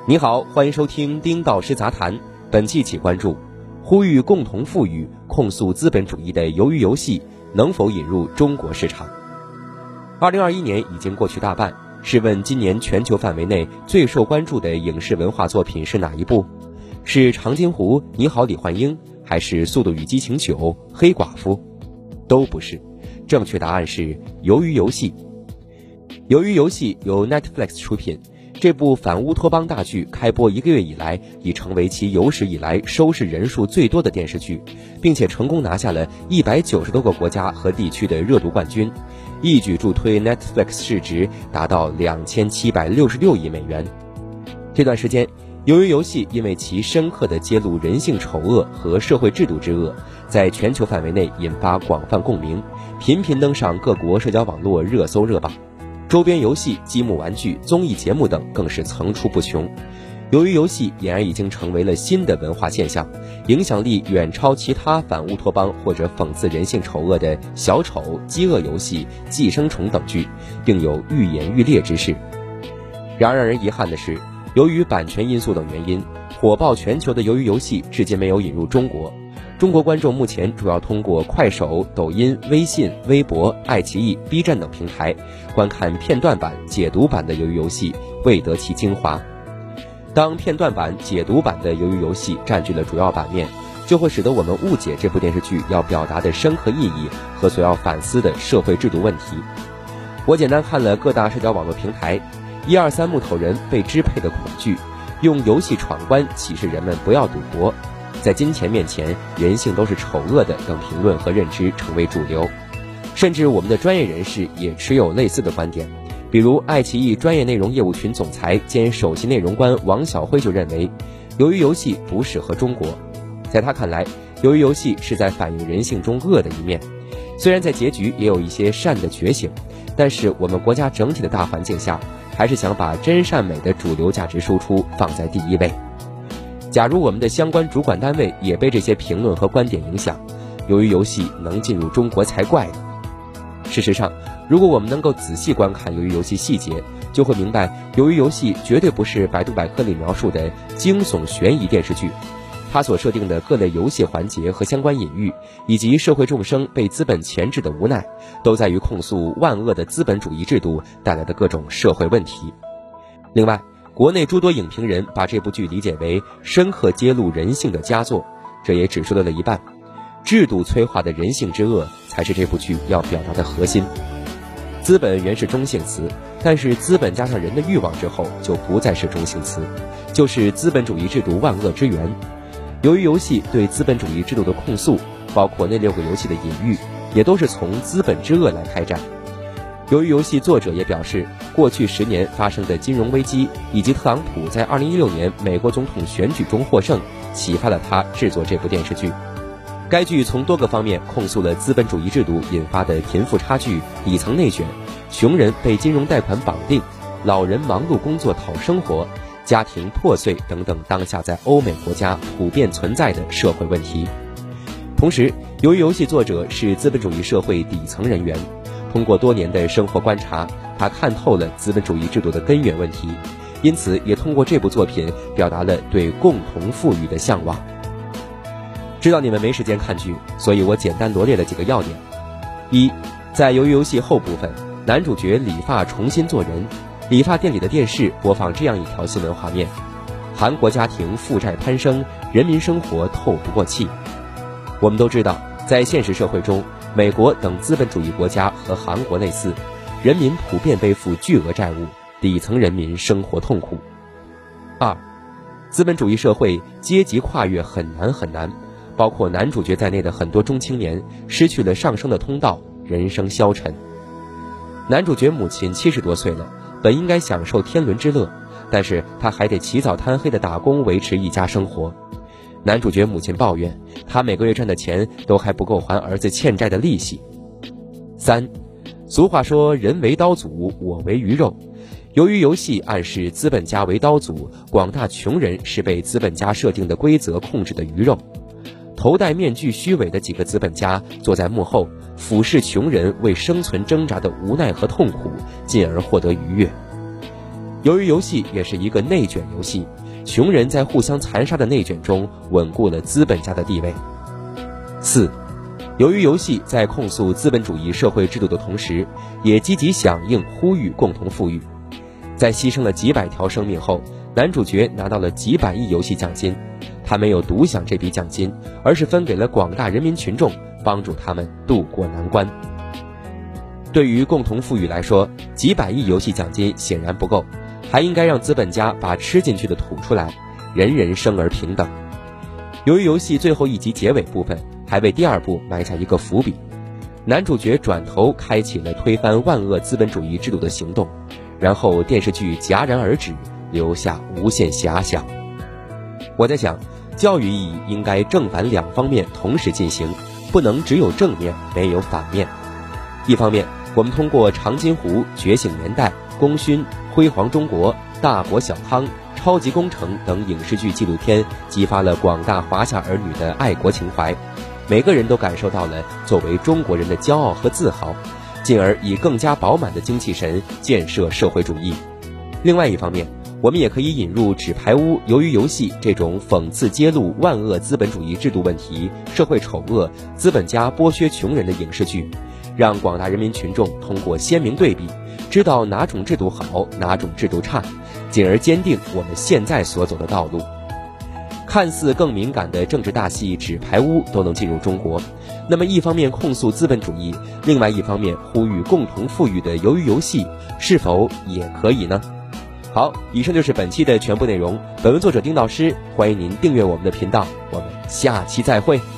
你好，欢迎收听丁导师杂谈。本期起关注：呼吁共同富裕，控诉资本主义的鱿鱼游戏能否引入中国市场？2021年已经过去大半，试问今年全球范围内最受关注的影视文化作品是哪一部？是长津湖、你好，李焕英，还是速度与激情9、黑寡妇？都不是，正确答案是鱿鱼游戏。鱿鱼游戏由 Netflix 出品，这部反乌托邦大剧开播1个月以来，已成为其有史以来收视人数最多的电视剧，并且成功拿下了190多个国家和地区的热度冠军，一举助推 Netflix 市值达到2766亿美元。这段时间，鱿鱼游戏因为其深刻地揭露人性丑恶和社会制度之恶，在全球范围内引发广泛共鸣，频频登上各国社交网络热搜热榜。周边游戏、积木玩具、综艺节目等更是层出不穷。由于游戏俨然已经成为了新的文化现象，影响力远超其他反乌托邦或者讽刺人性丑恶的小丑、饥饿游戏、寄生虫等剧，并有愈演愈烈之势。然而让人遗憾的是，由于版权因素等原因，火爆全球的鱿鱼游戏至今没有引入中国。中国观众目前主要通过快手、抖音、微信、微博、爱奇艺、B 站等平台观看片段版、解读版的鱿鱼游戏，未得其精华。当片段版、解读版的鱿鱼游戏占据了主要版面，就会使得我们误解这部电视剧要表达的深刻意义和所要反思的社会制度问题。我简单看了各大社交网络平台，123木头人被支配的恐惧，用游戏闯关启示人们不要赌博，在金钱面前，人性都是丑恶的等评论和认知成为主流。甚至我们的专业人士也持有类似的观点，比如爱奇艺专业内容业务群总裁兼首席内容官王晓辉就认为，鱿鱼游戏不适合中国。在他看来，鱿鱼游戏是在反映人性中恶的一面，虽然在结局也有一些善的觉醒，但是我们国家整体的大环境下，还是想把真善美的主流价值输出放在第一位。假如我们的相关主管单位也被这些评论和观点影响，鱿鱼游戏能进入中国才怪呢。事实上，如果我们能够仔细观看鱿鱼游戏细节，就会明白鱿鱼游戏绝对不是百度百科里描述的惊悚悬疑电视剧。它所设定的各类游戏环节和相关隐喻，以及社会众生被资本钳制的无奈，都在于控诉万恶的资本主义制度带来的各种社会问题。另外，国内诸多影评人把这部剧理解为深刻揭露人性的佳作，这也只说对了一半。制度催化的人性之恶才是这部剧要表达的核心。资本原是中性词，但是资本加上人的欲望之后就不再是中性词，就是资本主义制度万恶之源。由于游戏对资本主义制度的控诉，包括那6个游戏的隐喻，也都是从资本之恶来开战。由于游戏作者也表示，过去10年发生的金融危机以及特朗普在2016年美国总统选举中获胜，启发了他制作这部电视剧。该剧从多个方面控诉了资本主义制度引发的贫富差距、底层内卷、穷人被金融贷款绑定、老人忙碌工作讨生活、家庭破碎等等当下在欧美国家普遍存在的社会问题。同时，由于游戏作者是资本主义社会底层人员，通过多年的生活观察，他看透了资本主义制度的根源问题，因此也通过这部作品表达了对共同富裕的向往。知道你们没时间看剧，所以我简单罗列了几个要点。1. 在鱿鱼游戏后部分，男主角理发重新做人，理发店里的电视播放这样一条新闻画面：韩国家庭负债攀升，人民生活透不过气。我们都知道，在现实社会中，美国等资本主义国家和韩国类似，人民普遍背负巨额债务，底层人民生活痛苦。2. 资本主义社会阶级跨越很难，包括男主角在内的很多中青年失去了上升的通道，人生消沉。男主角母亲70多岁了，本应该享受天伦之乐，但是他还得起早贪黑的打工维持一家生活。男主角母亲抱怨，他每个月赚的钱都还不够还儿子欠债的利息。3. 俗话说人为刀俎，我为鱼肉。由于游戏暗示资本家为刀俎，广大穷人是被资本家设定的规则控制的鱼肉。头戴面具虚伪的几个资本家坐在幕后，俯视穷人为生存挣扎的无奈和痛苦，进而获得愉悦。 鱿鱼游戏也是一个内卷游戏，穷人在互相残杀的内卷中稳固了资本家的地位。4. 鱿鱼游戏在控诉资本主义社会制度的同时，也积极响应呼吁共同富裕。在牺牲了几百条生命后，男主角拿到了几百亿游戏奖金，他没有独享这笔奖金，而是分给了广大人民群众，帮助他们渡过难关。对于共同富裕来说，几百亿游戏奖金显然不够，还应该让资本家把吃进去的吐出来，人人生而平等。由于游戏最后一集结尾部分还为第2部埋下一个伏笔，男主角转头开启了推翻万恶资本主义制度的行动，然后电视剧戛然而止，留下无限遐想。我在想，教育意义应该正反两方面同时进行，不能只有正面没有反面。一方面，我们通过长津湖、觉醒年代、功勋、辉煌中国、大国小康、超级工程等影视剧纪录片，激发了广大华夏儿女的爱国情怀，每个人都感受到了作为中国人的骄傲和自豪，进而以更加饱满的精气神建设社会主义。另外一方面，我们也可以引入纸牌屋、鱿鱼游戏这种讽刺揭露万恶资本主义制度问题、社会丑恶、资本家剥削穷人的影视剧，让广大人民群众通过鲜明对比，知道哪种制度好，哪种制度差，进而坚定我们现在所走的道路。看似更敏感的政治大戏《纸牌屋》都能进入中国，那么一方面控诉资本主义，另外一方面呼吁共同富裕的鱿鱼游戏，是否也可以呢？好，以上就是本期的全部内容。本文作者丁老师，欢迎您订阅我们的频道，我们下期再会。